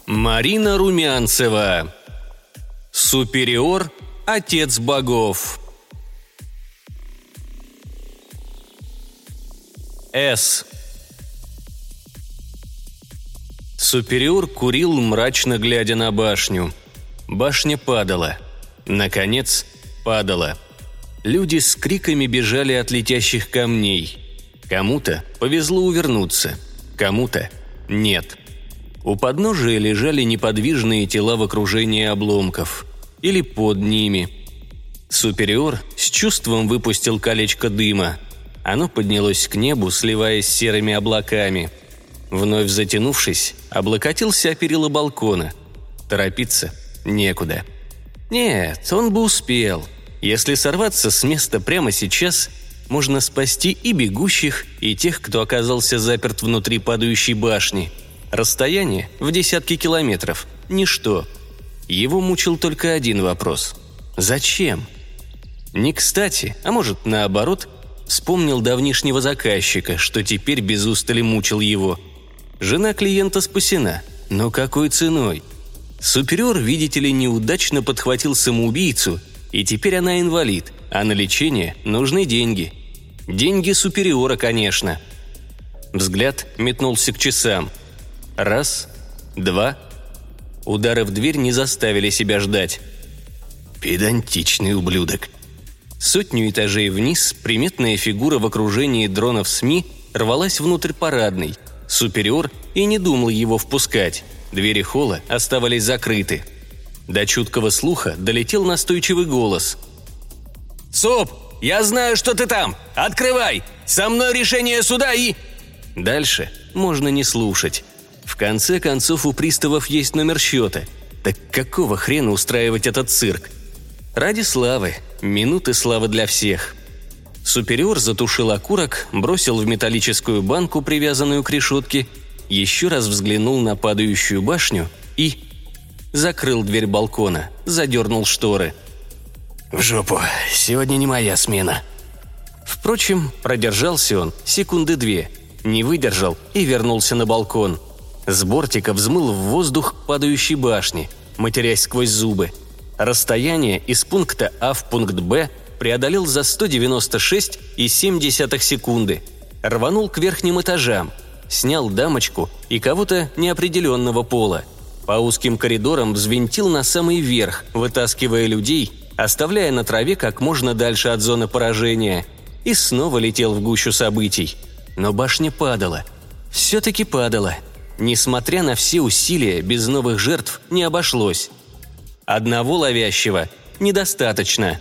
Марина Румянцева. Супериор – отец богов. С. Супериор курил, мрачно глядя на башню. Башня падала. Наконец, падала. Люди с криками бежали от летящих камней. Кому-то повезло увернуться, кому-то нет. У подножия лежали неподвижные тела в окружении обломков. Или под ними. Супериор с чувством выпустил колечко дыма. Оно поднялось к небу, сливаясь с серыми облаками. Вновь затянувшись, облокотился о перила балкона. Торопиться некуда. Нет, он бы успел. Если сорваться с места прямо сейчас, можно спасти и бегущих, и тех, кто оказался заперт внутри падающей башни. Расстояние в десятки километров – ничто. Его мучил только один вопрос – зачем? Не кстати, а может наоборот, вспомнил давнишнего заказчика, что теперь без устали мучил его. Жена клиента спасена, но какой ценой? Супериор, видите ли, неудачно подхватил самоубийцу, и теперь она инвалид, а на лечение нужны деньги. Деньги Супериора, конечно. Взгляд метнулся к часам. 1, 2. Удары в дверь не заставили себя ждать. Педантичный ублюдок. Сотню этажей вниз приметная фигура в окружении дронов СМИ рвалась внутрь парадной. Супериор и не думал его впускать. Двери холла оставались закрыты. До чуткого слуха долетел настойчивый голос. «Суп, я знаю, что ты там! Открывай! Со мной решение суда и...» Дальше можно не слушать. В конце концов, у приставов есть номер счета. Так какого хрена устраивать этот цирк? Ради славы. Минуты славы для всех. Супериор затушил окурок, бросил в металлическую банку, привязанную к решетке, еще раз взглянул на падающую башню и... закрыл дверь балкона, задернул шторы. «В жопу, сегодня не моя смена». Впрочем, продержался он 2 секунды, не выдержал и вернулся на балкон. С бортика взмыл в воздух к падающей башне, матерясь сквозь зубы. Расстояние из пункта А в пункт Б преодолел за 196,7 секунды. Рванул к верхним этажам, снял дамочку и кого-то неопределенного пола. По узким коридорам взвинтил на самый верх, вытаскивая людей, оставляя на траве как можно дальше от зоны поражения. И снова летел в гущу событий. Но башня падала. Все-таки падала. Несмотря на все усилия, без новых жертв не обошлось. Одного ловящего недостаточно.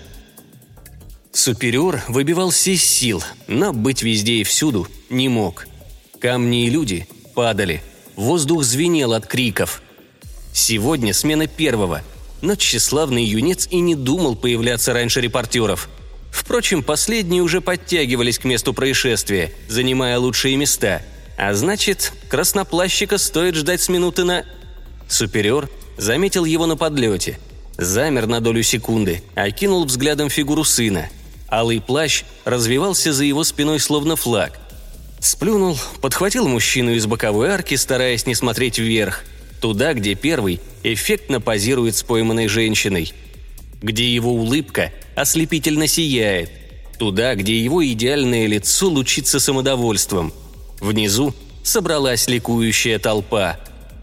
Супериор выбивался из сил, но быть везде и всюду не мог. Камни и люди падали. Воздух звенел от криков. Сегодня смена первого, но тщеславный юнец и не думал появляться раньше репортеров. Впрочем, последние уже подтягивались к месту происшествия, занимая лучшие места. А значит, красноплащика стоит ждать с минуты на... Супериор заметил его на подлете. Замер на долю секунды, окинул взглядом фигуру сына. Алый плащ развивался за его спиной словно флаг. Сплюнул, подхватил мужчину из боковой арки, стараясь не смотреть вверх. Туда, где первый эффектно позирует с пойманной женщиной. Где его улыбка ослепительно сияет. Туда, где его идеальное лицо лучится самодовольством. Внизу собралась ликующая толпа.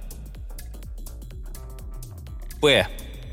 П.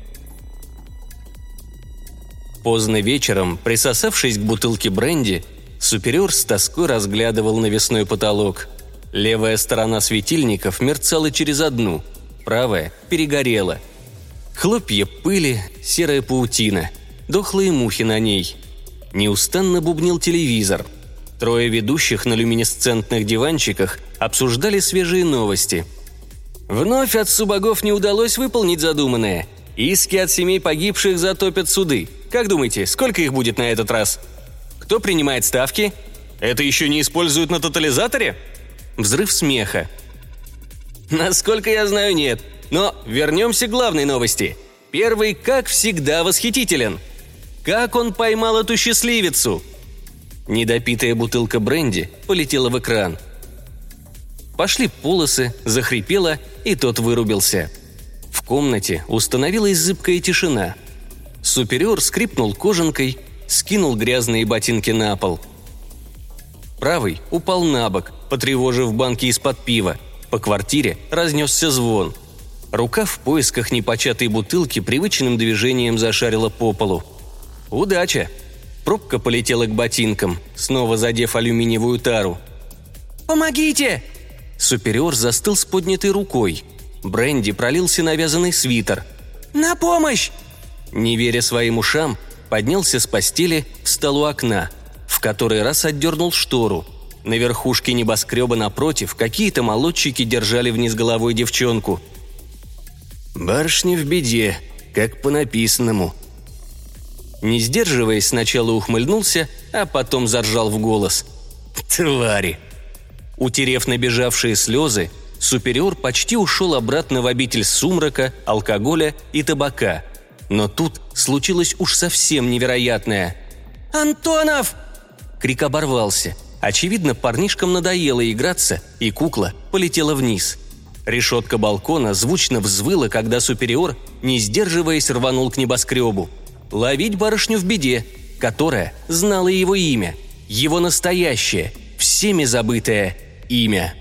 Поздно вечером, присосавшись к бутылке бренди, Супериор с тоской разглядывал навесной потолок. Левая сторона светильников мерцала через одну, правая перегорела. Хлопья пыли, серая паутина, дохлые мухи на ней. Неустанно бубнил телевизор. 3 ведущих на люминесцентных диванчиках обсуждали свежие новости. Вновь отцу богов не удалось выполнить задуманное. Иски от семей погибших затопят суды. Как думаете, сколько их будет на этот раз? Кто принимает ставки? Это еще не используют на тотализаторе? Взрыв смеха. Насколько я знаю, нет. Но вернемся к главной новости. Первый, как всегда, восхитителен. Как он поймал эту счастливицу? Недопитая бутылка бренди полетела в экран. Пошли полосы, захрипела, и тот вырубился. комнате установилась зыбкая тишина. Супериор скрипнул кожанкой, скинул грязные ботинки на пол. Правый упал на бок, потревожив банки из-под пива. По квартире разнесся звон. Рука в поисках непочатой бутылки привычным движением зашарила по полу. Удача! Пробка полетела к ботинкам, снова задев алюминиевую тару. «Помогите!» Супериор застыл с поднятой рукой. Бренди пролился на вязаный свитер. «На помощь!» Не веря своим ушам, поднялся с постели, встал у окна. В который раз отдернул штору. На верхушке небоскреба напротив какие-то молодчики держали вниз головой девчонку. «Барышня в беде, как по написанному». Не сдерживаясь, сначала ухмыльнулся, а потом заржал в голос. «Твари!» Утерев набежавшие слезы, Супериор почти ушел обратно в обитель сумрака, алкоголя и табака. Но тут случилось уж совсем невероятное. «Антонов!» Крик оборвался. Очевидно, парнишкам надоело играться, и кукла полетела вниз. Решетка балкона звучно взвыла, когда Супериор, не сдерживаясь, рванул к небоскребу. Ловить барышню в беде, которая знала его имя, его настоящее, всеми забытое имя.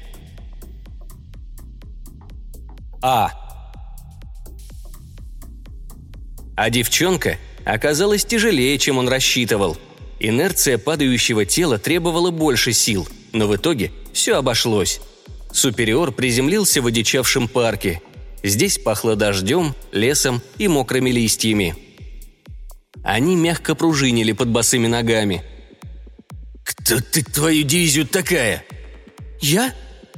А девчонка оказалась тяжелее, чем он рассчитывал. Инерция падающего тела требовала больше сил, но в итоге все обошлось. Супериор приземлился в одичавшем парке. Здесь пахло дождем, лесом и мокрыми листьями. Они мягко пружинили под босыми ногами. «Кто ты, твою дивизию, такая?» «Я?»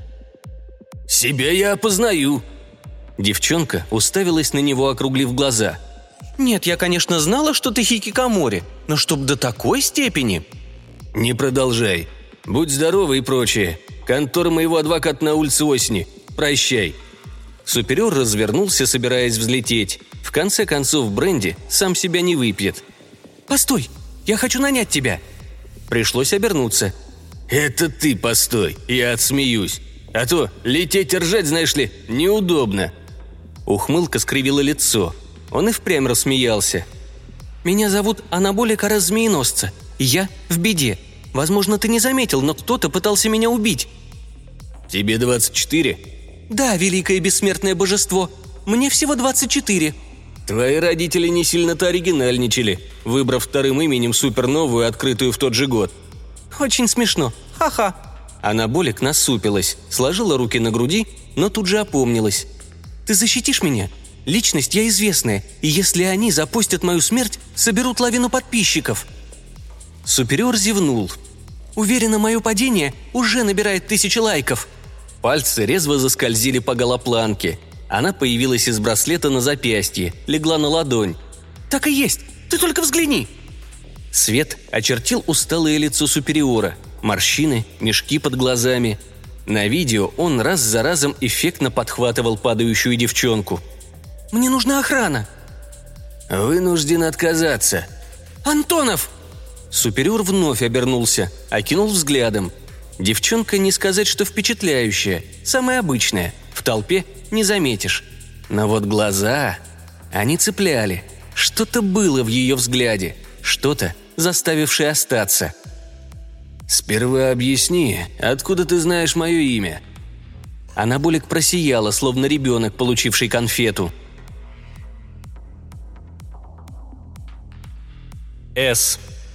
«Себя я опознаю». Девчонка уставилась на него, округлив глаза. «Нет, я, конечно, знала, что ты хикикамори, но чтоб до такой степени...» «Не продолжай. Будь здорова и прочее. Контора моего адвоката на улице Осени. Прощай». Супериор развернулся, собираясь взлететь. В конце концов, Бренди сам себя не выпьет. «Постой! Я хочу нанять тебя!» Пришлось обернуться. «Это ты постой, я отсмеюсь. А то лететь и ржать, знаешь ли, неудобно». Ухмылка скривила лицо. Он и впрямь рассмеялся. «Меня зовут Анаболик Арас-Змееносца. Я в беде. Возможно, ты не заметил, но кто-то пытался меня убить». «Тебе 24?» «Да, великое бессмертное божество. Мне всего 24». «Твои родители не сильно-то оригинальничали, выбрав вторым именем суперновую, открытую в тот же год». «Очень смешно. Ха-ха». Анаболик насупилась, сложила руки на груди, но тут же опомнилась. «Ты защитишь меня? Личность я известная, и если они запустят мою смерть, соберут лавину подписчиков». Супериор зевнул. «Уверена, мое падение уже набирает 1000 лайков». Пальцы резво заскользили по голопланке. Она появилась из браслета на запястье, легла на ладонь. «Так и есть! Ты только взгляни!» Свет очертил усталое лицо Супериора, морщины, мешки под глазами. На видео он раз за разом эффектно подхватывал падающую девчонку. «Мне нужна охрана!» «Вынужден отказаться!» «Антонов!» Супериор вновь обернулся, окинул взглядом. Девчонка, не сказать, что впечатляющая, самая обычная, в толпе не заметишь. Но вот глаза, они цепляли. Что-то было в ее взгляде, что-то, заставившее остаться. «Сперва объясни, откуда ты знаешь мое имя?» Анаболик просияла, словно ребенок, получивший конфету. «С».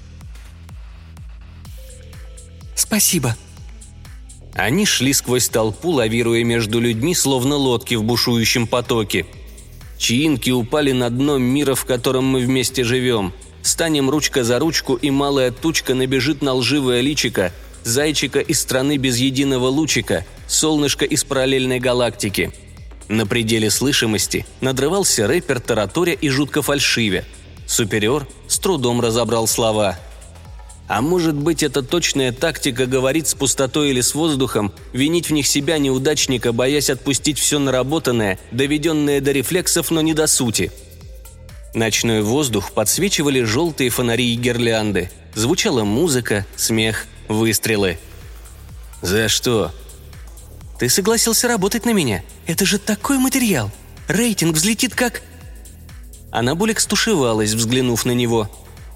«Спасибо». Они шли сквозь толпу, лавируя между людьми, словно лодки в бушующем потоке. Чаинки упали на дно мира, в котором мы вместе живем. Станем ручка за ручку, и малая тучка набежит на лживое личико, зайчика из страны без единого лучика, солнышко из параллельной галактики. На пределе слышимости надрывался рэпер, тараторя и жутко фальшивя. Супериор с трудом разобрал слова. А может быть, это точная тактика говорить с пустотой или с воздухом, винить в них себя неудачника, боясь отпустить все наработанное, доведенное до рефлексов, но не до сути. Ночной воздух подсвечивали желтые фонари и гирлянды. Звучала музыка, смех, выстрелы. «За что?» «Ты согласился работать на меня. Это же такой материал. Рейтинг взлетит как...» Анаболик стушевалась, взглянув на него.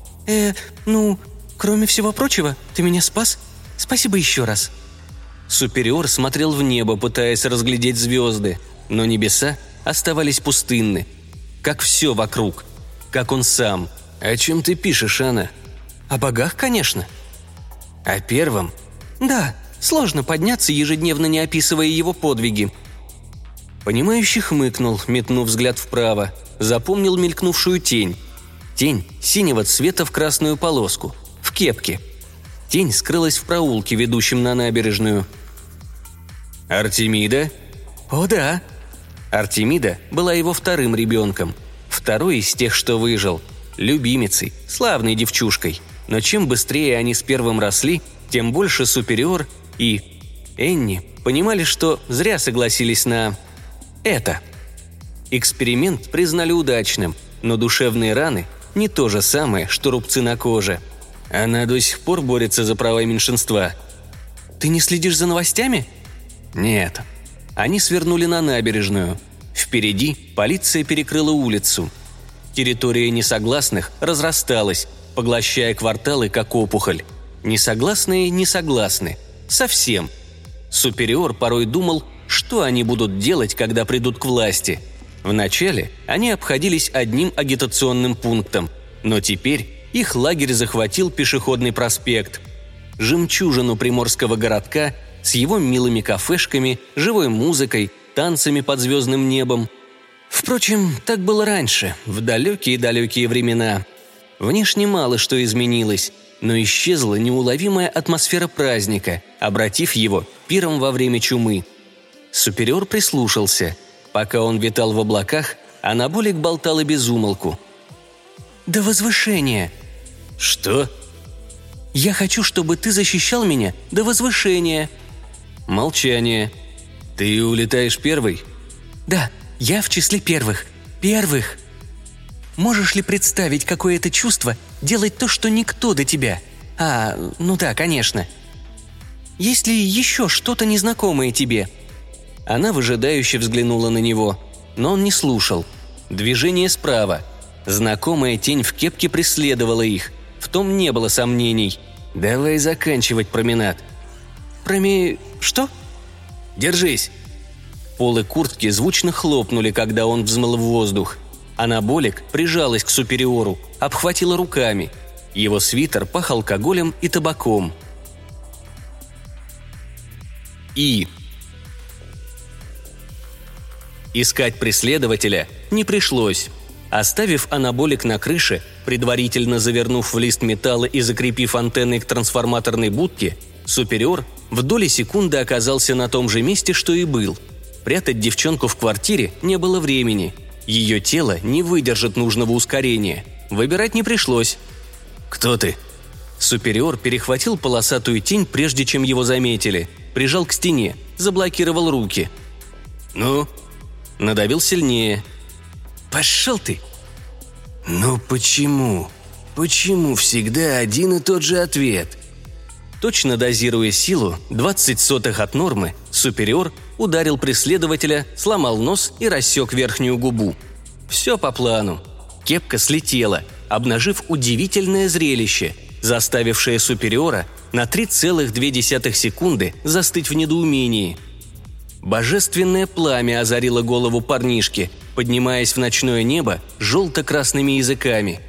Кроме всего прочего, ты меня спас. Спасибо еще раз». Супериор смотрел в небо, пытаясь разглядеть звезды, но небеса оставались пустынны. Как все вокруг. Как он сам. «О чем ты пишешь, Анна?» «О богах, конечно». «О первом?» «Да, сложно подняться, ежедневно не описывая его подвиги». Понимающий хмыкнул, метнув взгляд вправо. Запомнил мелькнувшую тень. Тень синего цвета в красную полоску. В кепке. Тень скрылась в проулке, ведущем на набережную. «Артемида?» «О, да». Артемида была его вторым ребенком. Второй из тех, что выжил. Любимицей, славной девчушкой. Но чем быстрее они с первым росли, тем больше Супериор и Энни понимали, что зря согласились на это. Эксперимент признали удачным, но душевные раны – не то же самое, что рубцы на коже. Она до сих пор борется за права меньшинства. «Ты не следишь за новостями?» «Нет». Они свернули на набережную. Впереди полиция перекрыла улицу. Территория несогласных разрасталась, поглощая кварталы, как опухоль. Несогласные не согласны. Совсем. Супериор порой думал, что они будут делать, когда придут к власти. Вначале они обходились одним агитационным пунктом, но теперь их лагерь захватил пешеходный проспект. Жемчужину приморского городка с его милыми кафешками, живой музыкой, танцами под звездным небом. Впрочем, так было раньше, в далекие-далекие времена. Внешне мало что изменилось, но исчезла неуловимая атмосфера праздника, обратив его пиром во время чумы. Супериор прислушался. Пока он витал в облаках, Анаболик болтала без умолку. «До возвышения». «Что?» «Я хочу, чтобы ты защищал меня до возвышения». Молчание. «Ты улетаешь первый?» «Да, я в числе первых. Первых. Можешь ли представить, какое это чувство делать то, что никто до тебя? Да, конечно. Есть ли еще что-то незнакомое тебе?» Она выжидающе взглянула на него, но он не слушал. Движение справа. Знакомая тень в кепке преследовала их. В том не было сомнений. «Давай заканчивать променад». Что?» «Держись!» Полы куртки звучно хлопнули, когда он взмыл в воздух. Анаболик прижалась к Супериору, обхватила руками. Его свитер пах алкоголем и табаком. Искать преследователя не пришлось. Оставив анаболик на крыше, предварительно завернув в лист металла и закрепив антенной к трансформаторной будке, Супериор в доли секунды оказался на том же месте, что и был. Прятать девчонку в квартире не было времени. Ее тело не выдержит нужного ускорения. Выбирать не пришлось. «Кто ты?» Супериор перехватил полосатую тень, прежде чем его заметили. Прижал к стене, заблокировал руки. «Ну?» Надавил сильнее. «Пошел ты!» «Ну почему? Почему всегда один и тот же ответ?» Точно дозируя силу, 20 сотых от нормы, Супериор ударил преследователя, сломал нос и рассек верхнюю губу. Все по плану. Кепка слетела, обнажив удивительное зрелище, заставившее Супериора на 3,2 секунды застыть в недоумении. Божественное пламя озарило голову парнишки, поднимаясь в ночное небо желто-красными языками.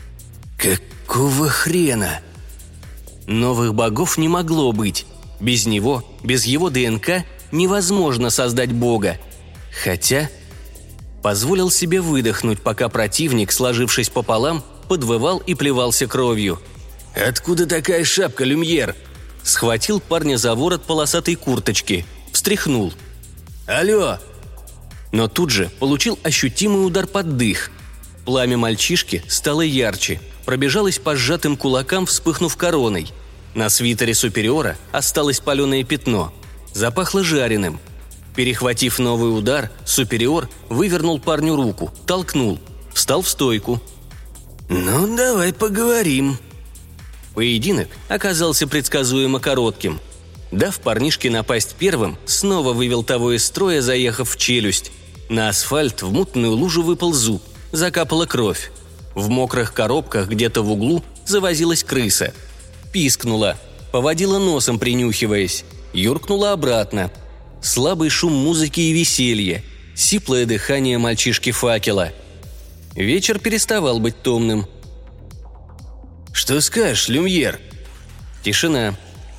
«Какого хрена?» Новых богов не могло быть. Без него, без его ДНК невозможно создать бога. Хотя... Позволил себе выдохнуть, пока противник, сложившись пополам, подвывал и плевался кровью. «Откуда такая шапка, Люмьер?» Схватил парня за ворот полосатой курточки. Встряхнул. «Алло!» Но тут же получил ощутимый удар под дых. Пламя мальчишки стало ярче, пробежалось по сжатым кулакам, вспыхнув короной. На свитере Супериора осталось паленое пятно. Запахло жареным. Перехватив новый удар, Супериор вывернул парню руку, толкнул, встал в стойку. «Ну, давай поговорим». Поединок оказался предсказуемо коротким. Дав парнишке напасть первым, снова вывел того из строя, заехав в челюсть. На асфальт в мутную лужу выпал зуб, закапала кровь. В мокрых коробках где-то в углу завозилась крыса. Пискнула, поводила носом, принюхиваясь, юркнула обратно. Слабый шум музыки и веселья, сиплое дыхание мальчишки-факела. Вечер переставал быть томным. «Что скажешь, Люмьер?» Тишина.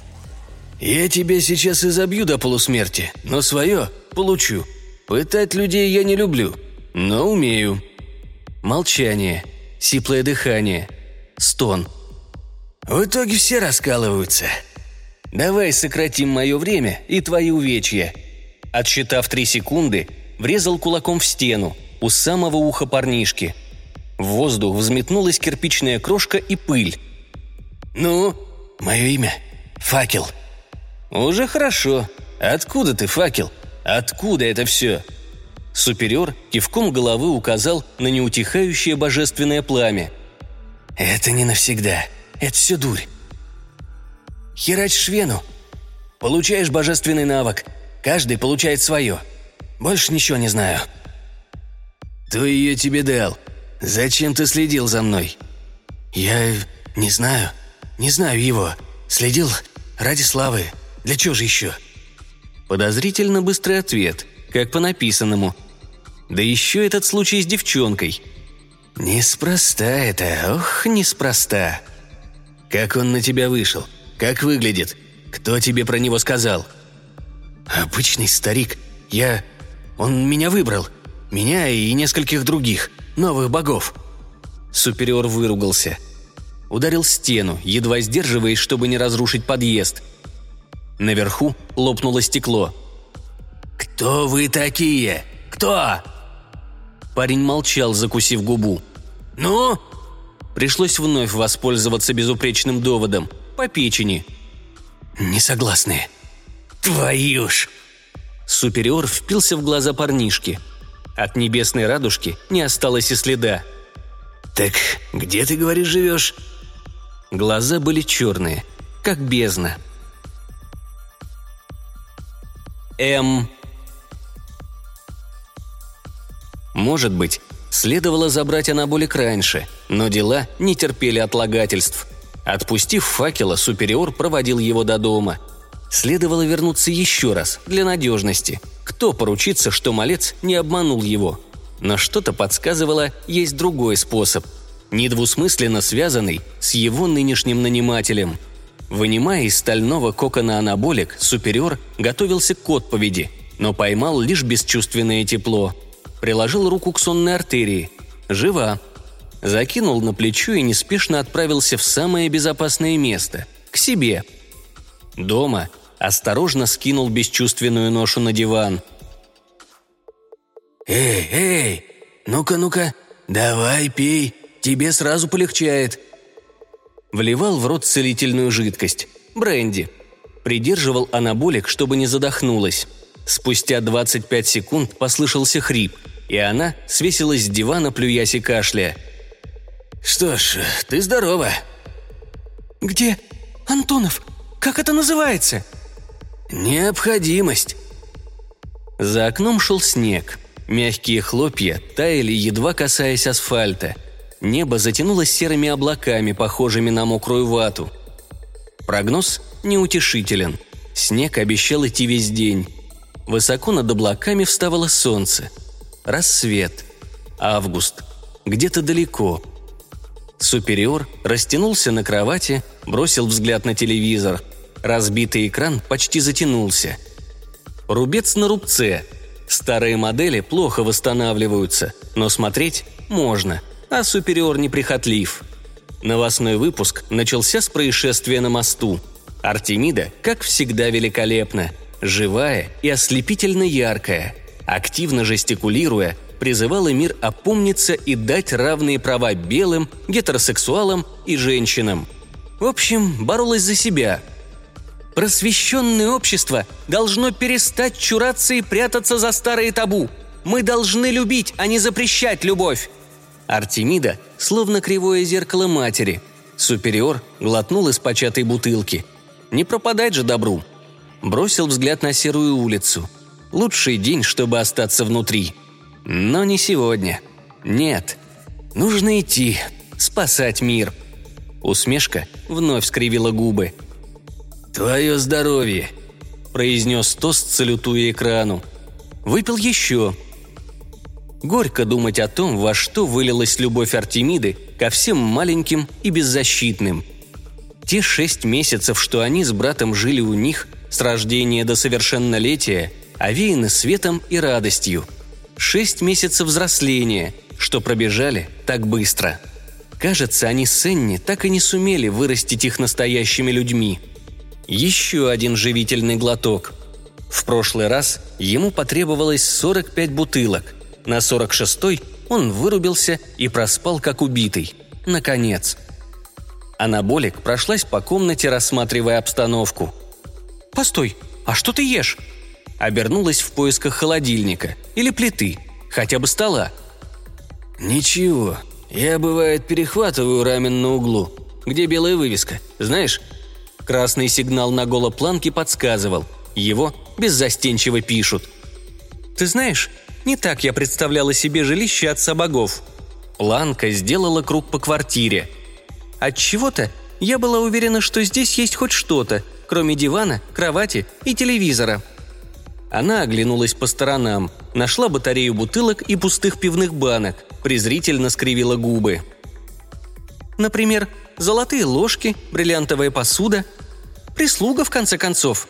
«Я тебя сейчас изобью до полусмерти, но свое получу. Пытать людей я не люблю, но умею». Молчание, сиплое дыхание, стон. «В итоге все раскалываются. Давай сократим мое время и твои увечья». Отсчитав 3 секунды, врезал кулаком в стену, у самого уха парнишки. В воздух взметнулась кирпичная крошка и пыль. «Ну, мое имя – Факел». «Уже хорошо. Откуда ты, Факел? Откуда это все?» Супериор кивком головы указал на неутихающее божественное пламя. «Это не навсегда. Это все дурь. Херачишь вену. Получаешь божественный навык. Каждый получает свое. Больше ничего не знаю». «Кто ее тебе дал? Зачем ты следил за мной?» «Я не знаю. Не знаю его. Следил ради славы. Для чего же еще?» Подозрительно быстрый ответ, как по написанному. Да еще этот случай с девчонкой. «Неспроста это, ох, неспроста. Как он на тебя вышел? Как выглядит? Кто тебе про него сказал?» «Обычный старик. Он меня выбрал. Меня и нескольких других, новых богов». Супериор выругался. Ударил стену, едва сдерживаясь, чтобы не разрушить подъезд. Наверху лопнуло стекло. «Кто вы такие? Кто?» Парень молчал, закусив губу. «Ну?» Пришлось вновь воспользоваться безупречным доводом. По печени. «Несогласные». «Твою ж!» Супериор впился в глаза парнишки. От небесной радужки не осталось и следа. «Так где, ты говоришь, живешь?» Глаза были черные, как бездна. Может быть, следовало забрать анаболик раньше, но дела не терпели отлагательств. Отпустив Факела, Супериор проводил его до дома. Следовало вернуться еще раз, для надежности. Кто поручится, что малец не обманул его? Но что-то подсказывало, есть другой способ, недвусмысленно связанный с его нынешним нанимателем. Вынимая из стального кокона анаболик, Супериор готовился к отповеди, но поймал лишь бесчувственное тепло. Приложил руку к сонной артерии. Жива. Закинул на плечо и неспешно отправился в самое безопасное место – к себе. Дома осторожно скинул бесчувственную ношу на диван. «Эй, ну-ка, давай пей, тебе сразу полегчает». Вливал в рот целительную жидкость – бренди. Придерживал анаболик, чтобы не задохнулась. Спустя 25 секунд послышался хрип, и она свесилась с дивана, плюясь и кашляя. «Что ж, ты здорова». «Где? Антонов? Как это называется?» «Необходимость». За окном шел снег. Мягкие хлопья таяли, едва касаясь асфальта. Небо затянулось серыми облаками, похожими на мокрую вату. Прогноз неутешителен. Снег обещал идти весь день. Высоко над облаками вставало солнце. Рассвет. Август. Где-то далеко. Супериор растянулся на кровати, бросил взгляд на телевизор. Разбитый экран почти затянулся. Рубец на рубце. Старые модели плохо восстанавливаются, но смотреть можно, а Супериор неприхотлив. Новостной выпуск начался с происшествия на мосту. Артемида, как всегда, великолепна. Живая и ослепительно яркая. Активно жестикулируя, призывала мир опомниться и дать равные права белым, гетеросексуалам и женщинам. В общем, боролась за себя. Просвещенное общество должно перестать чураться и прятаться за старые табу. Мы должны любить, а не запрещать любовь. Артемида, словно кривое зеркало матери. Супериор глотнул из початой бутылки. Не пропадать же добру. Бросил взгляд на серую улицу. Лучший день, чтобы остаться внутри. Но не сегодня. Нет. Нужно идти, спасать мир. Усмешка вновь скривила губы. «Твое здоровье!» – произнес тост, салютуя экрану. Выпил еще. Горько думать о том, во что вылилась любовь Артемиды ко всем маленьким и беззащитным. Те 6 месяцев, что они с братом жили у них, с рождения до совершеннолетия, овеяны светом и радостью. 6 месяцев взросления, что пробежали так быстро. Кажется, они с Энни так и не сумели вырастить их настоящими людьми. Еще один живительный глоток. В прошлый раз ему потребовалось 45 бутылок. На 46-й он вырубился и проспал как убитый. Наконец. Анаболик прошлась по комнате, рассматривая обстановку. «Постой, а что ты ешь?» Обернулась в поисках холодильника или плиты, хотя бы стола. «Ничего, я, бывает, перехватываю рамен на углу, где белая вывеска, знаешь?» Красный сигнал на голопланке подсказывал. Его беззастенчиво пишут. «Ты знаешь, не так я представляла себе жилище отца богов». Планка сделала круг по квартире. Отчего-то я была уверена, что здесь есть хоть что-то, кроме дивана, кровати и телевизора. Она оглянулась по сторонам, нашла батарею бутылок и пустых пивных банок, презрительно скривила губы. Например, золотые ложки, бриллиантовая посуда. Прислуга, в конце концов.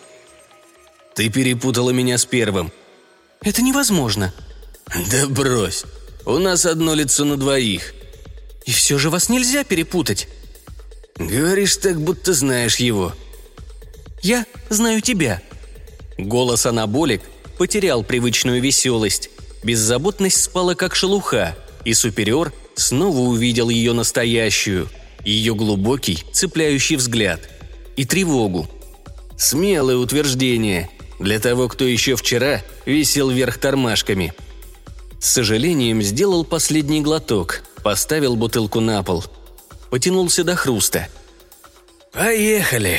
«Ты перепутала меня с первым». «Это невозможно». «Да брось. У нас одно лицо на двоих». «И все же вас нельзя перепутать». «Говоришь так, будто знаешь его». «Я знаю тебя». Голос Анаболик потерял привычную веселость. Беззаботность спала как шелуха, и Супериор снова увидел ее настоящую, ее глубокий, цепляющий взгляд. И тревогу. Смелое утверждение для того, кто еще вчера висел вверх тормашками. С сожалением сделал последний глоток, поставил бутылку на пол. Потянулся до хруста. «Поехали!»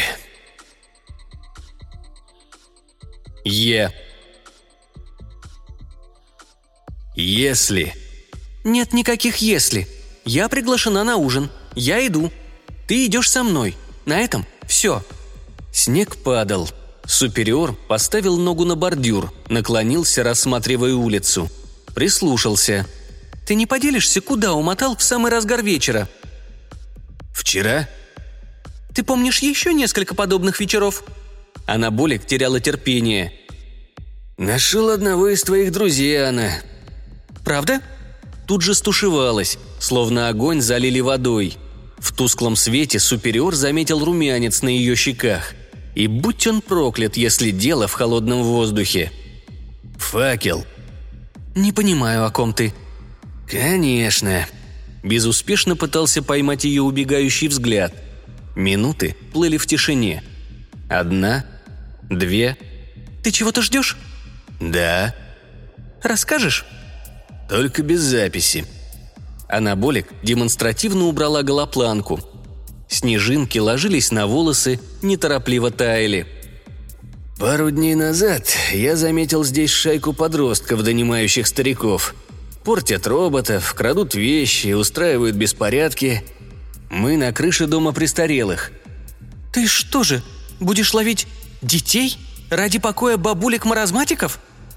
Если. Нет никаких «если». Я приглашена на ужин. Я иду. Ты идешь со мной. На этом все. Снег падал. Супериор поставил ногу на бордюр, наклонился, рассматривая улицу. Прислушался. «Ты не поделишься, куда умотал в самый разгар вечера?» «Вчера?» «Ты помнишь еще несколько подобных вечеров?» Анаболик теряла терпение. «Нашел одного из твоих друзей, Анна». «Правда?» Тут же стушевалась, словно огонь залили водой. В тусклом свете Супериор заметил румянец на ее щеках. И будь он проклят, если дело в холодном воздухе. «Факел». «Не понимаю, о ком ты». «Конечно». Безуспешно пытался поймать ее убегающий взгляд. Минуты плыли в тишине. 1, 2. «Ты чего-то ждешь?» «Да». «Расскажешь?» «Только без записи». Анаболик демонстративно убрала голопланку. Снежинки ложились на волосы, неторопливо таяли. «Пару дней назад я заметил здесь шайку подростков, донимающих стариков. Портят роботов, крадут вещи, устраивают беспорядки. Мы на крыше дома престарелых». «Ты что же, будешь ловить детей ради покоя бабулек-маразматиков?»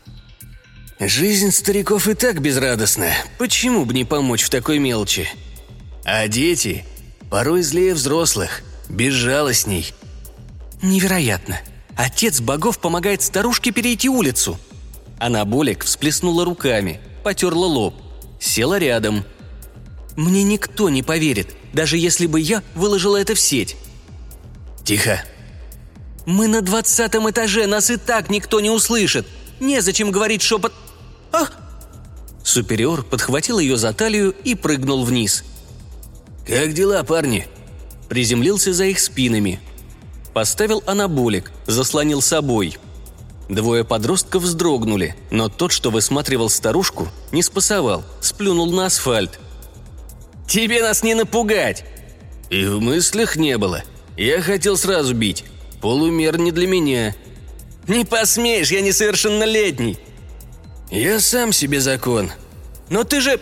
«Жизнь стариков и так безрадостна. Почему бы не помочь в такой мелочи? А дети порой злее взрослых, безжалостней». «Невероятно. Отец богов помогает старушке перейти улицу». Анаболик всплеснула руками, потерла лоб, села рядом. «Мне никто не поверит, даже если бы я выложила это в сеть». «Тихо». «Мы на 20-м этаже, нас и так никто не услышит. Незачем говорить шепот. Ах!» Супериор подхватил ее за талию и прыгнул вниз. «Как дела, парни?» Приземлился за их спинами. Поставил анаболик, заслонил собой. 2 подростков вздрогнули, но тот, что высматривал старушку, не спасовал, сплюнул на асфальт. «Тебе нас не напугать!» «И в мыслях не было. Я хотел сразу бить. Полумер не для меня». «Не посмеешь, я несовершеннолетний!» «Я сам себе закон. Но ты же...»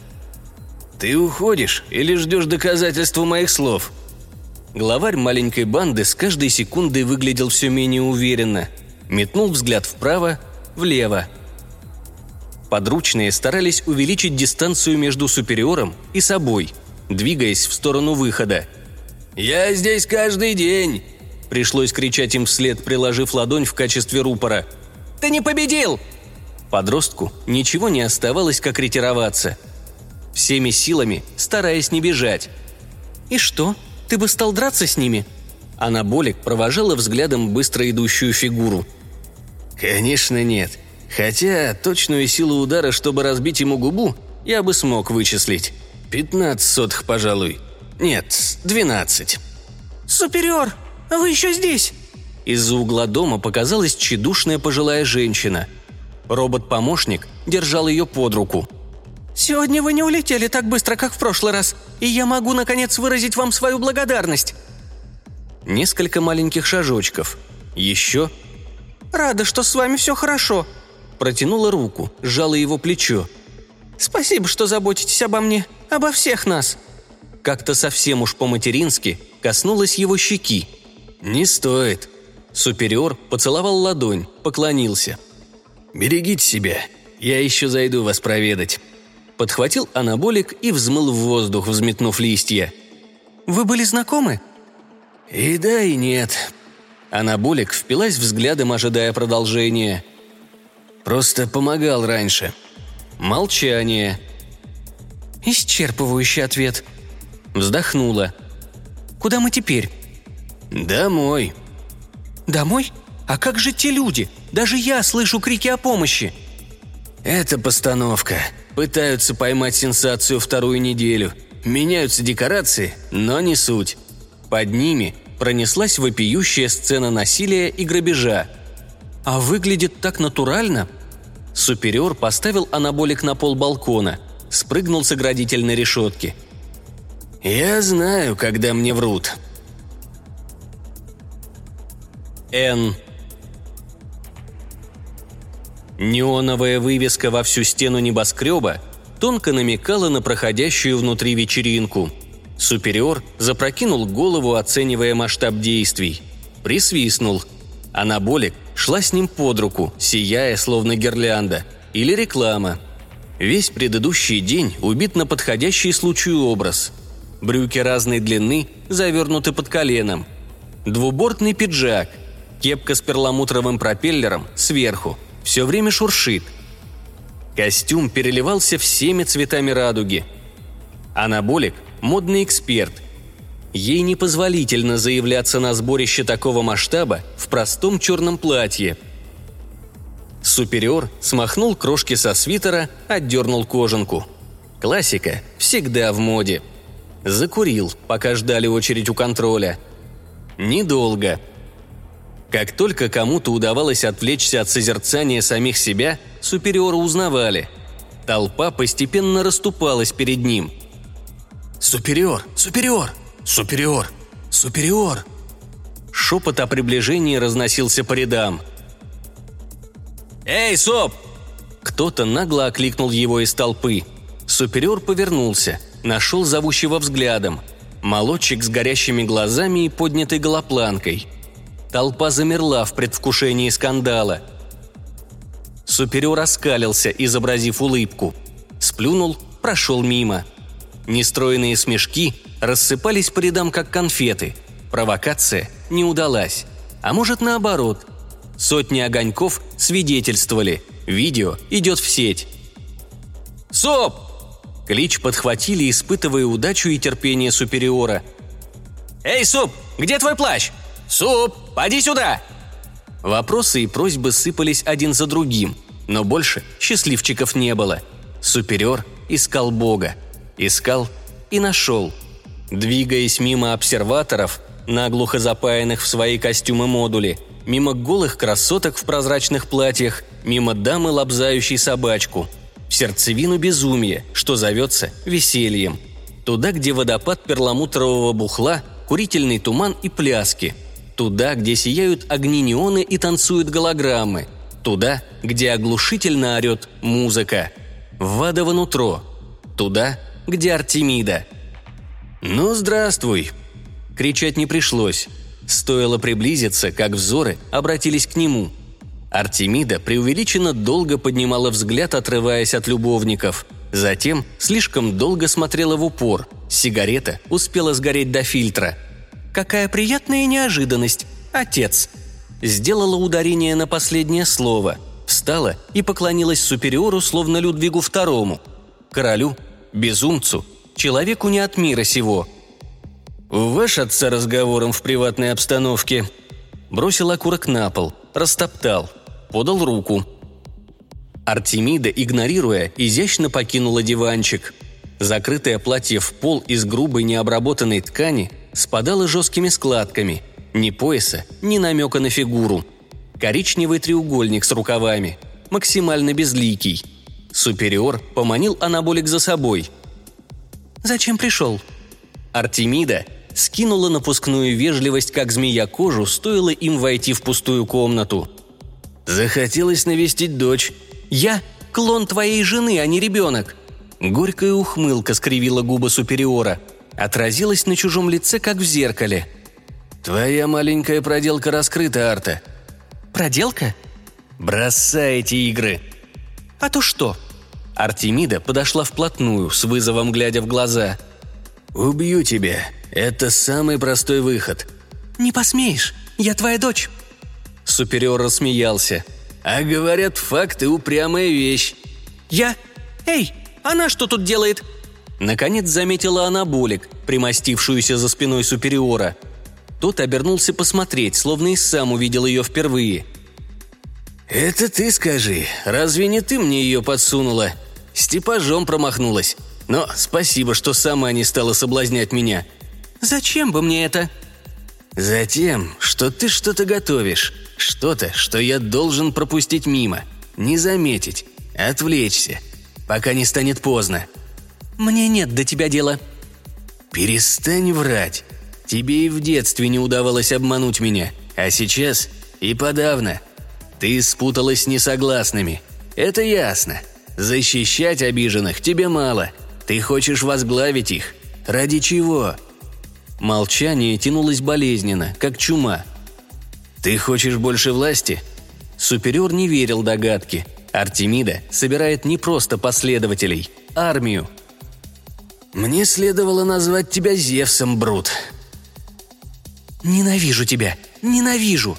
«Ты уходишь или ждешь доказательства моих слов?» Главарь маленькой банды с каждой секундой выглядел все менее уверенно. Метнул взгляд вправо, влево. Подручные старались увеличить дистанцию между супериором и собой, двигаясь в сторону выхода. «Я здесь каждый день!» Пришлось кричать им вслед, приложив ладонь в качестве рупора. «Ты не победил!» Подростку ничего не оставалось, как ретироваться. Всеми силами стараясь не бежать. «И что? Ты бы стал драться с ними?» Анаболик провожала взглядом быстро идущую фигуру. «Конечно нет. Хотя точную силу удара, чтобы разбить ему губу, я бы смог вычислить. 15 сотых, пожалуй. Нет, 12. «Супериор, вы еще здесь?» Из-за угла дома показалась тщедушная пожилая женщина. Робот-помощник держал ее под руку. «Сегодня вы не улетели так быстро, как в прошлый раз, и я могу, наконец, выразить вам свою благодарность». Несколько маленьких шажочков. Еще. «Рада, что с вами все хорошо». Протянула руку, сжала его плечо. «Спасибо, что заботитесь обо мне, обо всех нас». Как-то совсем уж по-матерински коснулась его щеки. «Не стоит». Супериор поцеловал ладонь, поклонился. «Берегите себя, я еще зайду вас проведать». Подхватил анаболик и взмыл в воздух, взметнув листья. «Вы были знакомы?» «И да, и нет». Анаболик впилась взглядом, ожидая продолжения. «Просто помогал раньше». Молчание. «Исчерпывающий ответ». Вздохнула. «Куда мы теперь?» «Домой». «Домой? А как же те люди? Даже я слышу крики о помощи». «Это постановка. Пытаются поймать сенсацию вторую неделю. Меняются декорации, но не суть. Под ними пронеслась вопиющая сцена насилия и грабежа. А выглядит так натурально». Супериор поставил анаболик на пол балкона, спрыгнул с оградительной решетки. «Я знаю, когда мне врут». Н. Неоновая вывеска во всю стену небоскреба тонко намекала на проходящую внутри вечеринку. Супериор запрокинул голову, оценивая масштаб действий. Присвистнул. Анаболик шла с ним под руку, сияя, словно гирлянда. Или реклама. Весь предыдущий день убит на подходящий случаю образ. Брюки разной длины завернуты под коленом. Двубортный пиджак. Кепка с перламутровым пропеллером сверху. Все время шуршит. Костюм переливался всеми цветами радуги. Анаболик – модный эксперт. Ей непозволительно заявляться на сборище такого масштаба в простом черном платье. Супериор смахнул крошки со свитера, отдернул кожанку. Классика всегда в моде. Закурил, пока ждали очередь у контроля. Недолго. Как только кому-то удавалось отвлечься от созерцания самих себя, супериора узнавали. Толпа постепенно расступалась перед ним. «Супериор! Супериор! Супериор! Супериор!» Шепот о приближении разносился по рядам. «Эй, Соп!» Кто-то нагло окликнул его из толпы. Супериор повернулся, нашел зовущего взглядом. Молодчик с горящими глазами и поднятой голопланкой. Толпа замерла в предвкушении скандала. Супериор оскалился, изобразив улыбку. Сплюнул, прошел мимо. Нестройные смешки рассыпались по рядам, как конфеты. Провокация не удалась. А может, наоборот. Сотни огоньков свидетельствовали. Видео идет в сеть. «Соп!» Клич подхватили, испытывая удачу и терпение супериора. «Эй, Соп, где твой плащ? Соп, поди сюда!» Вопросы и просьбы сыпались один за другим, но больше счастливчиков не было. Супериор искал Бога. Искал и нашел. Двигаясь мимо обсерваторов, наглухо запаянных в свои костюмы-модули, мимо голых красоток в прозрачных платьях, мимо дамы, лобзающей собачку. В сердцевину безумия, что зовется весельем. Туда, где водопад перламутрового бухла, курительный туман и пляски. Туда, где сияют огни неоны и танцуют голограммы. Туда, где оглушительно орет музыка. в адово нутро, туда, где Артемида. «Ну, здравствуй!» Кричать не пришлось. Стоило приблизиться, как взоры обратились к нему. Артемида преувеличенно долго поднимала взгляд, отрываясь от любовников. Затем слишком долго смотрела в упор. Сигарета успела сгореть до фильтра. «Какая приятная неожиданность, отец!» Сделала ударение на последнее слово. Встала и поклонилась супериору, словно Людвигу II. Королю, безумцу, человеку не от мира сего. «Ваш отца разговором в приватной обстановке». Бросил окурок на пол, растоптал, подал руку. Артемида, игнорируя, изящно покинула диванчик. Закрытое платье в пол из грубой необработанной ткани спадало жесткими складками. Ни пояса, ни намека на фигуру. Коричневый треугольник с рукавами, максимально безликий. Супериор поманил анаболик за собой. «Зачем пришел?» Артемида скинула напускную вежливость, как змея кожу, стоило им войти в пустую комнату. «Захотелось навестить дочь». «Я клон твоей жены, а не ребенок». Горькая ухмылка скривила губы супериора. Отразилась на чужом лице, как в зеркале. «Твоя маленькая проделка раскрыта, Арта». «Проделка?» «Бросай эти игры». «А то что?» Артемида подошла вплотную, с вызовом глядя в глаза. «Убью тебя. Это самый простой выход». «Не посмеешь. Я твоя дочь». Супериор рассмеялся. «А говорят, факты – упрямая вещь». «Я? Эй, она что тут делает?» Наконец заметила анаболик, примостившуюся за спиной супериора. Тот обернулся посмотреть, словно и сам увидел ее впервые. «Это ты скажи, разве не ты мне ее подсунула? С типажом промахнулась. Но спасибо, что сама не стала соблазнять меня». «Зачем бы мне это?» «Затем, что ты что-то готовишь. Что-то, что я должен пропустить мимо. Не заметить. Отвлечься. Пока не станет поздно». «Мне нет до тебя дела». «Перестань врать. Тебе и в детстве не удавалось обмануть меня. А сейчас и подавно. Ты спуталась с несогласными. Это ясно. Защищать обиженных тебе мало. Ты хочешь возглавить их. Ради чего?» Молчание тянулось болезненно, как чума. «Ты хочешь больше власти?» Супериор не верил догадке. Артемида собирает не просто последователей, армию. «Мне следовало назвать тебя Зевсом, Брут». «Ненавижу тебя, ненавижу!»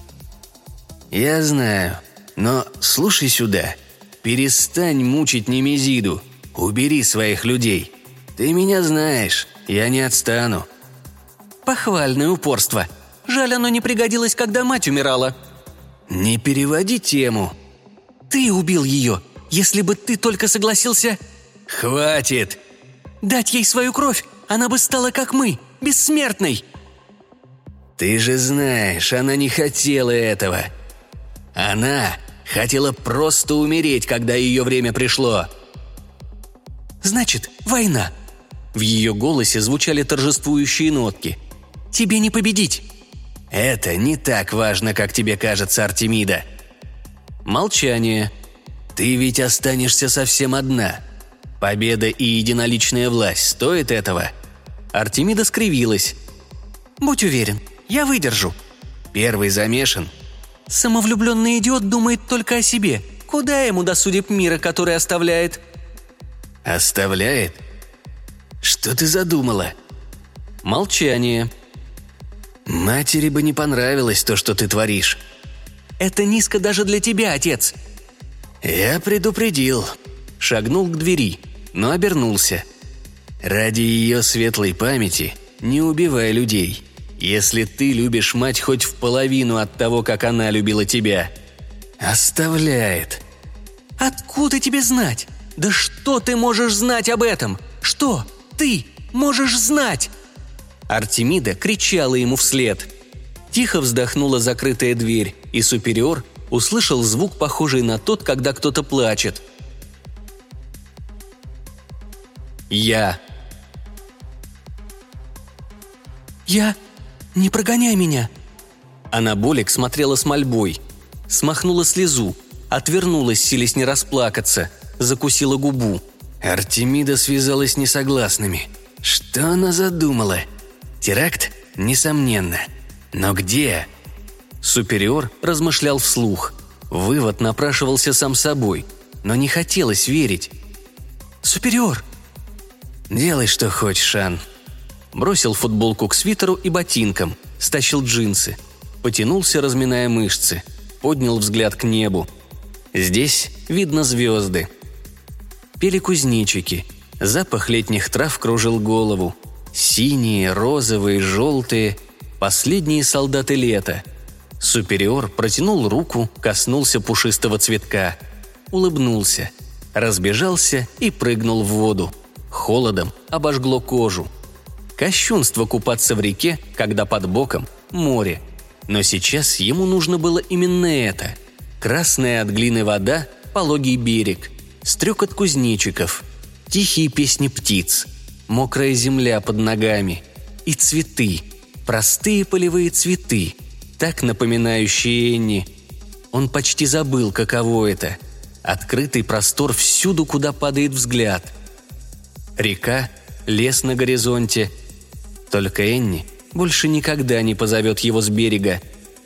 «Я знаю, но слушай сюда. Перестань мучить Немезиду. Убери своих людей. Ты меня знаешь, я не отстану». «Похвальное упорство. Жаль, оно не пригодилось, когда мать умирала». «Не переводи тему». «Ты убил ее. Если бы ты только согласился...» «Хватит!» «Дать ей свою кровь, она бы стала как мы, бессмертной». «Ты же знаешь, она не хотела этого. Она хотела просто умереть, когда ее время пришло». «Значит, война». В ее голосе звучали торжествующие нотки. «Тебе не победить». «Это не так важно, как тебе кажется, Артемида». Молчание. «Ты ведь останешься совсем одна. Победа и единоличная власть стоит этого?» Артемида скривилась. «Будь уверен, я выдержу». «Первый замешан». «Самовлюбленный идиот думает только о себе. Куда ему до судеб мира, который оставляет?» «Оставляет? Что ты задумала?» Молчание. «Матери бы не понравилось то, что ты творишь». «Это низко даже для тебя, отец». «Я предупредил». Шагнул к двери, но обернулся. «Ради ее светлой памяти не убивай людей. Если ты любишь мать хоть в половину от того, как она любила тебя». «Оставляет». «Откуда тебе знать? Да что ты можешь знать об этом? Что ты можешь знать?» Артемида кричала ему вслед. Тихо вздохнула закрытая дверь, и супериор услышал звук, похожий на тот, когда кто-то плачет. «Я». Не прогоняй меня». Анаболик смотрела с мольбой. Смахнула слезу, отвернулась, силясь не расплакаться. закусила губу. Артемида связалась с несогласными. Что она задумала? Теракт? Несомненно. Но где? Супериор размышлял вслух. Вывод напрашивался сам собой, но не хотелось верить. «Супериор!» «Делай, что хочешь, Ан». Бросил футболку к свитеру и ботинкам, стащил джинсы. Потянулся, разминая мышцы. Поднял взгляд к небу. Здесь видно звезды. Пели кузнечики. Запах летних трав кружил голову. Синие, розовые, желтые. Последние солдаты лета. Супериор протянул руку, коснулся пушистого цветка. Улыбнулся. Разбежался и прыгнул в воду. Холодом обожгло кожу. Кощунство купаться в реке, когда под боком море. Но сейчас ему нужно было именно это. Красная от глины вода, пологий берег, стрекот кузнечиков, тихие песни птиц, мокрая земля под ногами и цветы, простые полевые цветы, так напоминающие Энни. Он почти забыл, каково это. Открытый простор всюду, куда падает взгляд. Река, лес на горизонте. Только Энни больше никогда не позовет его с берега.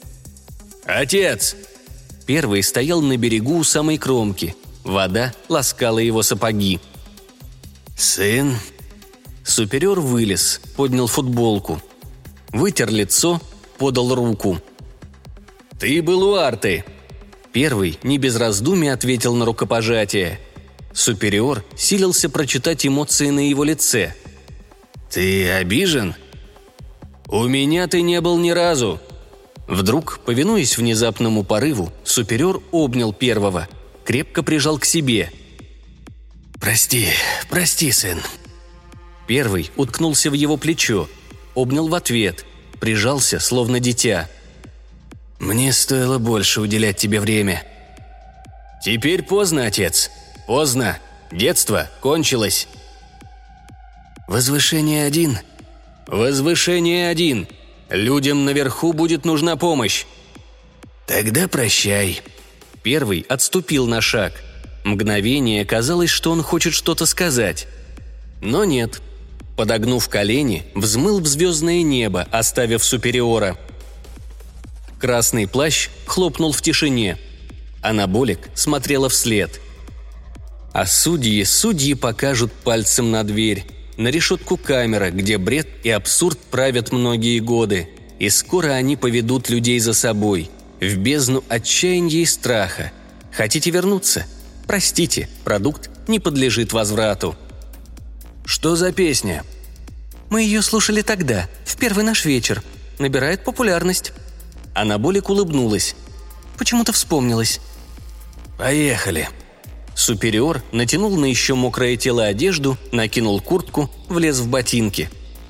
«Отец!» Первый стоял на берегу у самой кромки. Вода ласкала его сапоги. «Сын?» Супериор вылез, поднял футболку. Вытер лицо, подал руку. «Ты был у Арты!» Первый, не без раздумий, ответил на рукопожатие. Супериор силился прочитать эмоции на его лице. «Ты обижен?» «У меня ты не был ни разу!» Вдруг, повинуясь внезапному порыву, Супериор обнял первого, крепко прижал к себе. «Прости, сын». Первый уткнулся в его плечо, обнял в ответ, прижался, словно дитя. «Мне стоило больше уделять тебе время». «Теперь поздно, отец. Поздно. Детство кончилось». «Возвышение 1». «Возвышение 1. Людям наверху будет нужна помощь». «Тогда прощай». Первый отступил на шаг. Мгновение казалось, что он хочет что-то сказать. Но нет. Подогнув колени, взмыл в звездное небо, оставив Супериора. Красный плащ хлопнул в тишине. Анаболик смотрела вслед. А судьи покажут пальцем на дверь, на решетку камеры, где бред и абсурд правят многие годы. И скоро они поведут людей за собой, в бездну отчаяния и страха. Хотите вернуться? Простите, продукт не подлежит возврату. «Что за песня?» «Мы ее слушали тогда, в первый наш вечер. Набирает популярность». Анаболик улыбнулась. Почему-то вспомнилась. «Поехали». Супериор натянул на еще мокрое тело одежду, накинул куртку, влез в ботинки.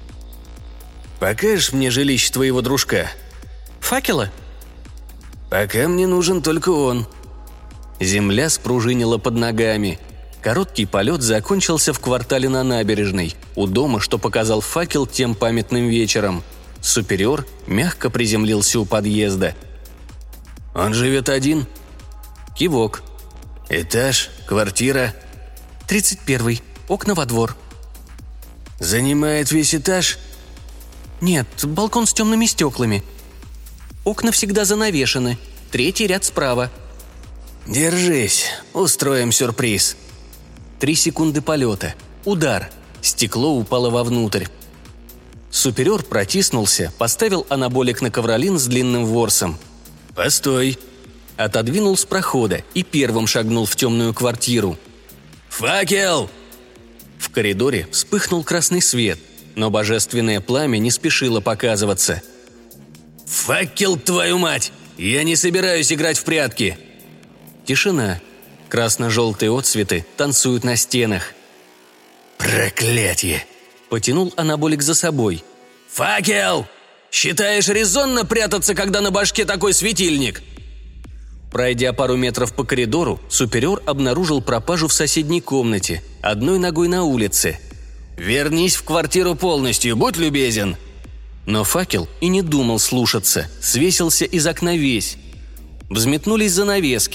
«Покажешь мне жилище твоего дружка?» «Факела?» «Пока мне нужен только он». Земля спружинила под ногами. Короткий полет закончился в квартале на набережной, у дома, что показал факел тем памятным вечером. Супериор мягко приземлился у подъезда. «Он живет один?» Кивок. «Этаж? Квартира?» 31-й. Окна во двор». «Занимает весь этаж?» «Нет, балкон с темными стеклами. Окна всегда занавешены. 3-й ряд справа». «Держись, устроим сюрприз». 3 секунды полета. Удар. Стекло упало вовнутрь. Супериор протиснулся, поставил анаболик на ковролин с длинным ворсом. «Постой!» Отодвинул с прохода и первым шагнул в темную квартиру. «Факел!» В коридоре вспыхнул красный свет, но божественное пламя не спешило показываться. «Факел, твою мать! Я не собираюсь играть в прятки!» Тишина. Красно-желтые отцветы танцуют на стенах. «Проклятье!» Потянул анаболик за собой. «Факел! Считаешь резонно прятаться, когда на башке такой светильник?» Пройдя пару метров по коридору, Супериор обнаружил пропажу в соседней комнате, одной ногой на улице. «Вернись в квартиру полностью, будь любезен!» Но факел и не думал слушаться, свесился из окна весь. Взметнулись занавески.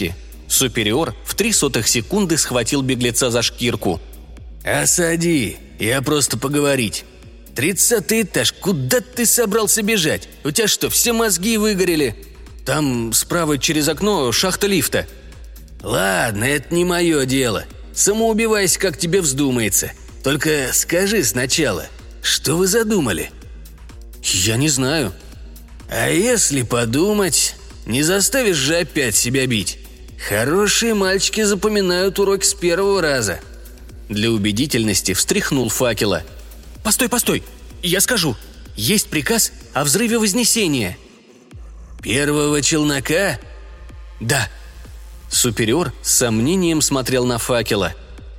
Супериор в 0,03 секунды схватил беглеца за шкирку. «Осади, я просто поговорить. 30-й этаж, куда ты собрался бежать? У тебя что, все мозги выгорели?» «Там справа через окно шахта лифта». «Ладно, это не мое дело. Самоубивайся, как тебе вздумается. Только скажи сначала, что вы задумали?» «Я не знаю». «А если подумать, не заставишь же опять себя бить? Хорошие мальчики запоминают уроки с первого раза». Для убедительности встряхнул факела. «Постой! Я скажу. Есть приказ о взрыве Вознесения». «Первого челнока?» «Да». Супериор с сомнением смотрел на факела.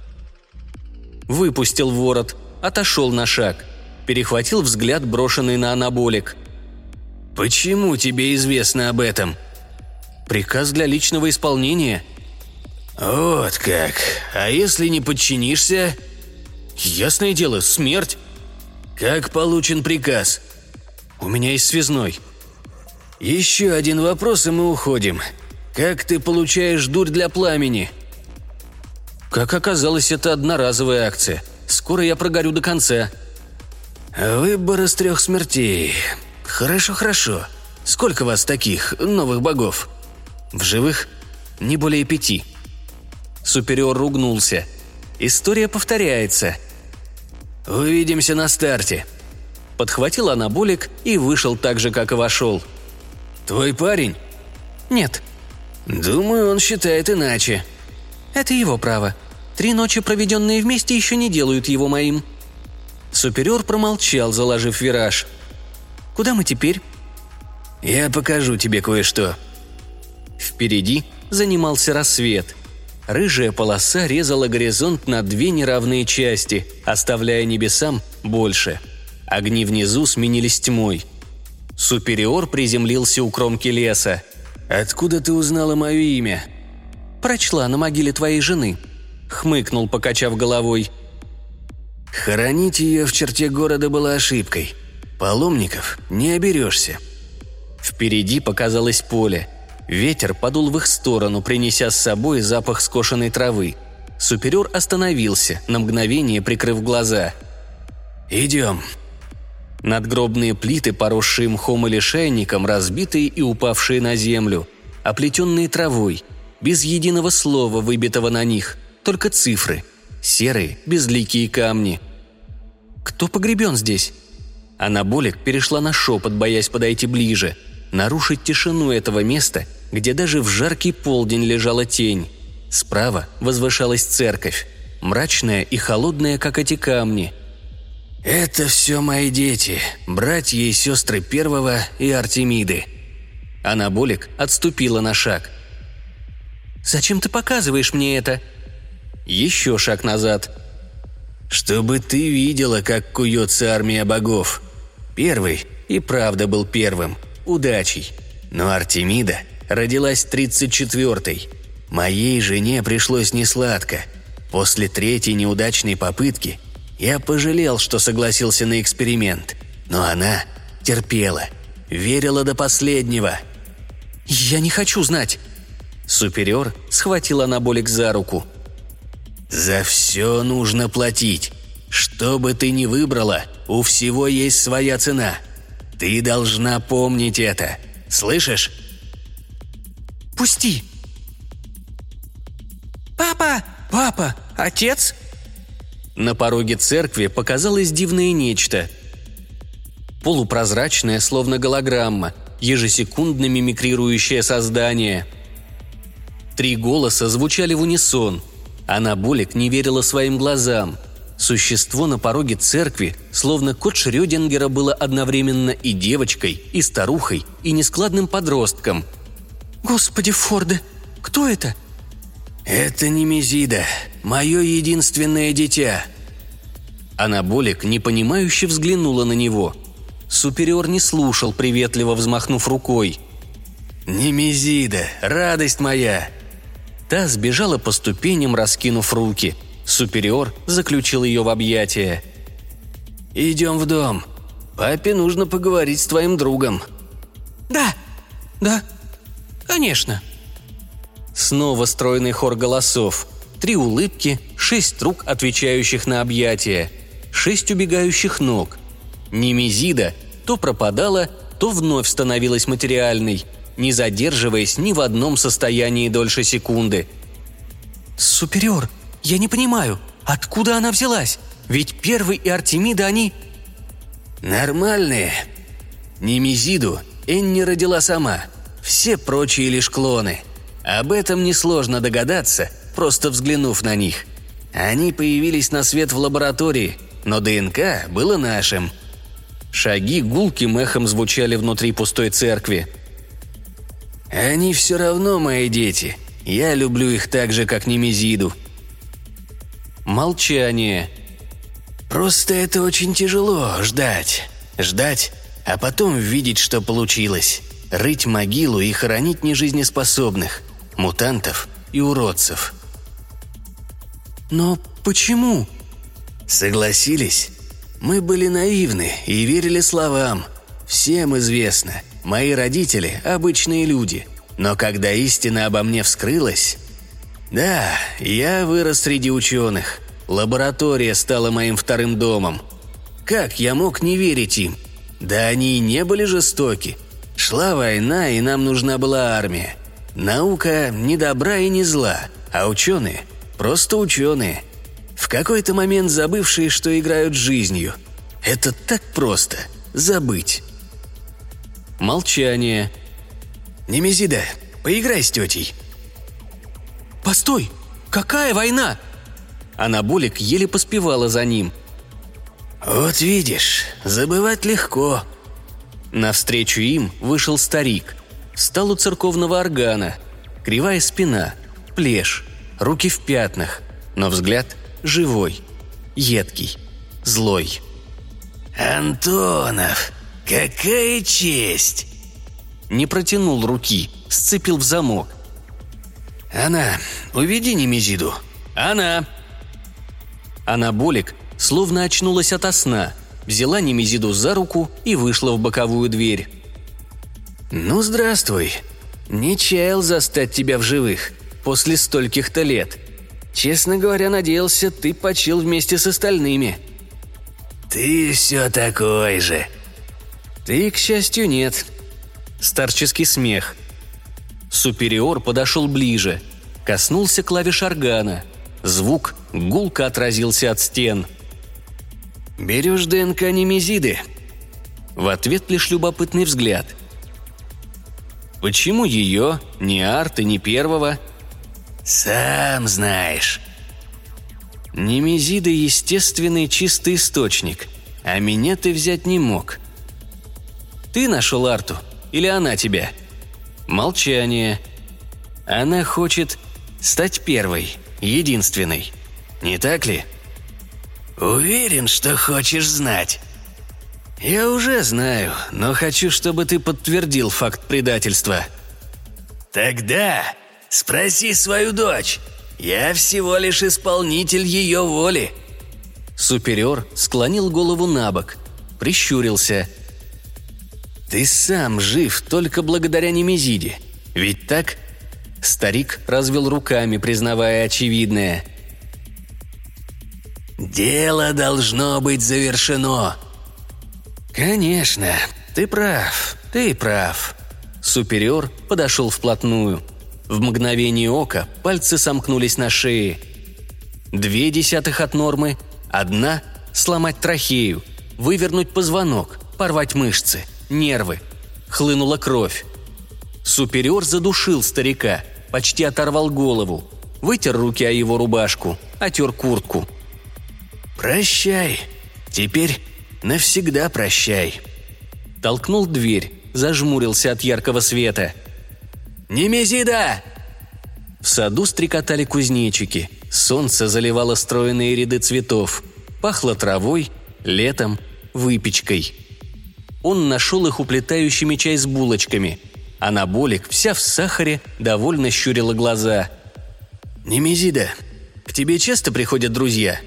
Выпустил ворот, отошел на шаг, перехватил взгляд, брошенный на анаболик. «Почему тебе известно об этом?» «Приказ для личного исполнения». «Вот как. А если не подчинишься?» «Ясное дело, смерть». «Как получен приказ?» «У меня есть связной». «Еще один вопрос, и мы уходим. Как ты получаешь дурь для пламени?» «Как оказалось, это одноразовая акция. Скоро я прогорю до конца». «Выбор из 3 смертей. Хорошо. Сколько вас таких, новых богов?» «В живых не более 5». Супериор ругнулся. «История повторяется». «Увидимся на старте». Подхватил анаболик и вышел так же, как и вошел. «Твой парень?» Нет. «Думаю, он считает иначе». Это его право. 3 ночи, проведенные вместе, еще не делают его моим». Супериор промолчал, заложив вираж. «Куда мы теперь?» «Я покажу тебе кое-что». Впереди занимался рассвет. Рыжая полоса резала горизонт на 2 неравные части, оставляя небесам больше. Огни внизу сменились тьмой. Супериор приземлился у кромки леса. «Откуда ты узнала мое имя?» «Прочла на могиле твоей жены», — хмыкнул, покачав головой. «Хоронить ее в черте города была ошибкой. Паломников не оберешься». Впереди показалось поле. Ветер подул в их сторону, принеся с собой запах скошенной травы. Супериор остановился, на мгновение прикрыв глаза. «Идем». Надгробные плиты, поросшие мхом и лишайником, разбитые и упавшие на землю, оплетенные травой, без единого слова, выбитого на них, только цифры, серые, безликие камни. «Кто погребен здесь?» Анаболик перешла на шепот, боясь подойти ближе, нарушить тишину этого места, где даже в жаркий полдень лежала тень. Справа возвышалась церковь, мрачная и холодная, как эти камни. «Это все мои дети, братья и сестры Первого и Артемиды». Анаболик отступила на шаг. «Зачем ты показываешь мне это?» Еще шаг назад. «Чтобы ты видела, как куется армия богов. Первый и правда был первым, удачей. Но Артемида родилась 34-й. Моей жене пришлось несладко. После 3-й неудачной попытки я пожалел, что согласился на эксперимент. Но она терпела, верила до последнего». «Я не хочу знать». Супериор схватил анаболик за руку. «За все нужно платить. Что бы ты ни выбрала, у всего есть своя цена. Ты должна помнить это. Слышишь?» «Пусти!» «Папа! Папа! Отец!» На пороге церкви показалось дивное нечто. Полупрозрачное, словно голограмма, ежесекундно мимикрирующее создание. 3 голоса звучали в унисон. Анаболик не верила своим глазам. Существо на пороге церкви, словно кот Шрёдингера, было одновременно и девочкой, и старухой, и нескладным подростком. «Господи, Форде, кто это?» «Это Немезида, мое единственное дитя». Анаболик непонимающе взглянула на него. Супериор не слушал, приветливо взмахнув рукой. «Немезида, радость моя!» Та сбежала по ступеням, раскинув руки. Супериор заключил ее в объятия. «Идем в дом. Папе нужно поговорить с твоим другом». Да, конечно». Снова стройный хор голосов. 3 улыбки, 6 рук, отвечающих на объятия, 6 убегающих ног. Немезида то пропадала, то вновь становилась материальной, не задерживаясь ни в одном состоянии дольше секунды. «Супериор, я не понимаю, откуда она взялась? Ведь Первый и Артемида, они...» «Нормальные. Немезиду Энни родила сама. Все прочие лишь клоны. Об этом несложно догадаться, просто взглянув на них. Они появились на свет в лаборатории, но ДНК было нашим». Шаги гулким эхом звучали внутри пустой церкви. «Они все равно мои дети. Я люблю их так же, как Немезиду». Молчание. «Просто это очень тяжело – ждать, а потом видеть, что получилось. Рыть могилу и хоронить нежизнеспособных, мутантов и уродцев». «Но почему?» «Согласились? Мы были наивны и верили словам. Всем известно, мои родители – обычные люди. Но когда истина обо мне вскрылась… Да, я вырос среди ученых. Лаборатория стала моим вторым домом. Как я мог не верить им? Да они и не были жестоки. Шла война, и нам нужна была армия. Наука не добра и не зла, а ученые – просто ученые. В какой-то момент забывшие, что играют жизнью. Это так просто – забыть». Молчание. «Немезида, поиграй с тетей». «Постой! Какая война?» Анаболик еле поспевала за ним. «Вот видишь, забывать легко». Навстречу им вышел старик. Встал у церковного органа. Кривая спина, плешь, руки в пятнах, но взгляд живой, едкий, злой. «Антонов, какая честь!» Не протянул руки, сцепил в замок. «Она, уведи Немезиду». «Она!» Анаболик словно очнулась ото сна, взяла Немезиду за руку и вышла в боковую дверь. «Ну, здравствуй. Не чаял застать тебя в живых после стольких-то лет. Честно говоря, надеялся, ты почил вместе с остальными». «Ты все такой же». «Ты, к счастью, нет». Старческий смех. Супериор подошел ближе, коснулся клавиш органа. Звук гулко отразился от стен. «Берешь ДНК Немезиды?» В ответ лишь любопытный взгляд. Почему ее, не Арты, не Первого? «Сам знаешь». Немезида – естественный чистый источник, а меня ты взять не мог. Ты нашел Арту или она тебя? Молчание. Она хочет стать первой, единственной. Не так ли? «Уверен, что хочешь знать». Я уже знаю, но хочу, чтобы ты подтвердил факт предательства. «Тогда спроси свою дочь. Я всего лишь исполнитель ее воли». Супериор склонил голову набок, прищурился. «Ты сам жив только благодаря Немезиде, ведь так?» Старик развел руками, признавая очевидное. «Дело должно быть завершено». «Конечно, ты прав. Супериор подошел вплотную. В мгновение ока пальцы сомкнулись на шее. 0,2 от нормы, 1 – сломать трахею, вывернуть позвонок, порвать мышцы, нервы. Хлынула кровь. Супериор задушил старика, почти оторвал голову, вытер руки о его рубашку, отер куртку. «Прощай. Теперь навсегда прощай». Толкнул дверь, зажмурился от яркого света. «Немезида!» В саду стрекотали кузнечики, солнце заливало стройные ряды цветов, пахло травой, летом, выпечкой. Он нашел их уплетающими чай с булочками. Анаболик, вся в сахаре, довольно щурила глаза. «Немезида, к тебе часто приходят друзья?»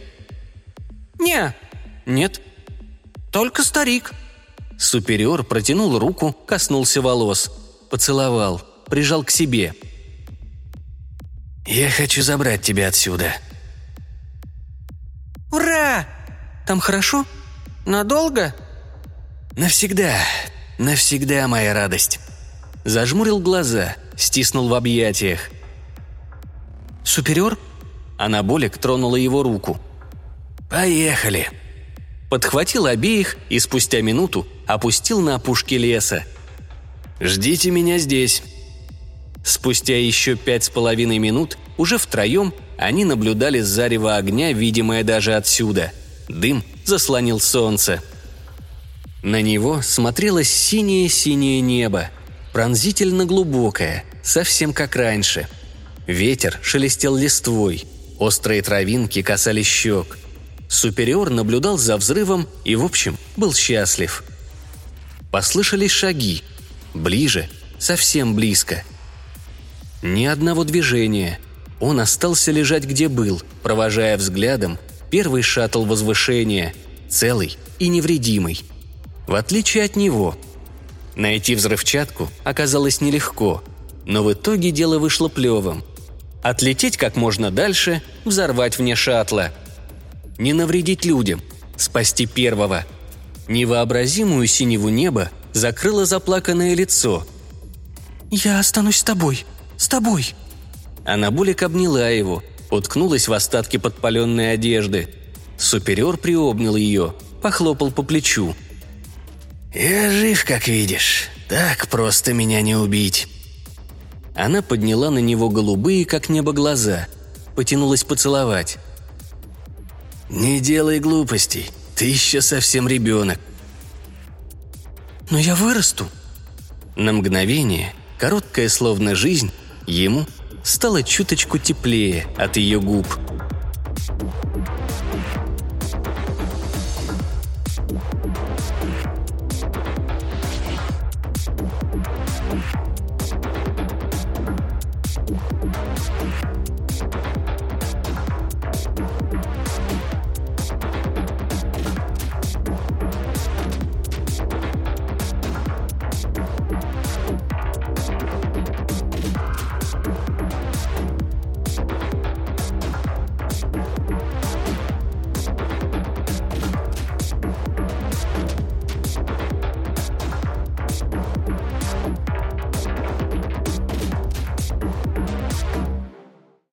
«Нет. Только старик». Супериор протянул руку, коснулся волос, поцеловал, прижал к себе. Я хочу забрать тебя отсюда». «Ура! Там хорошо? Надолго?» «Навсегда, навсегда, моя радость». Зажмурил глаза, стиснул в объятиях. «Супериор?» Анаболик тронула его руку. «Поехали!» Подхватил обеих и спустя минуту опустил на опушке леса. «Ждите меня здесь». Спустя еще 5,5 минут уже втроем они наблюдали зарево огня, видимое даже отсюда. Дым заслонил солнце. На него смотрелось синее-синее небо, пронзительно глубокое, совсем как раньше. Ветер шелестел листвой, острые травинки касались щек. Супериор наблюдал за взрывом и, в общем, был счастлив. Послышались шаги. Ближе, совсем близко. Ни одного движения. Он остался лежать, где был, провожая взглядом первый шаттл возвышения, целый и невредимый. В отличие от него. Найти взрывчатку оказалось нелегко, но в итоге дело вышло плевым. Отлететь как можно дальше, взорвать вне шаттла. Не навредить людям, спасти первого. Невообразимую синеву неба закрыло заплаканное лицо. «Я останусь с тобой, с тобой!» Анаболик обняла его, уткнулась в остатки подпаленной одежды. Супериор приобнял ее, похлопал по плечу. «Я жив, как видишь. Так просто меня не убить». Она подняла на него голубые, как небо, глаза, потянулась поцеловать. «Не делай глупостей, ты еще совсем ребенок». «Но я вырасту». На мгновение, короткая словно жизнь, ему стало чуточку теплее от ее губ.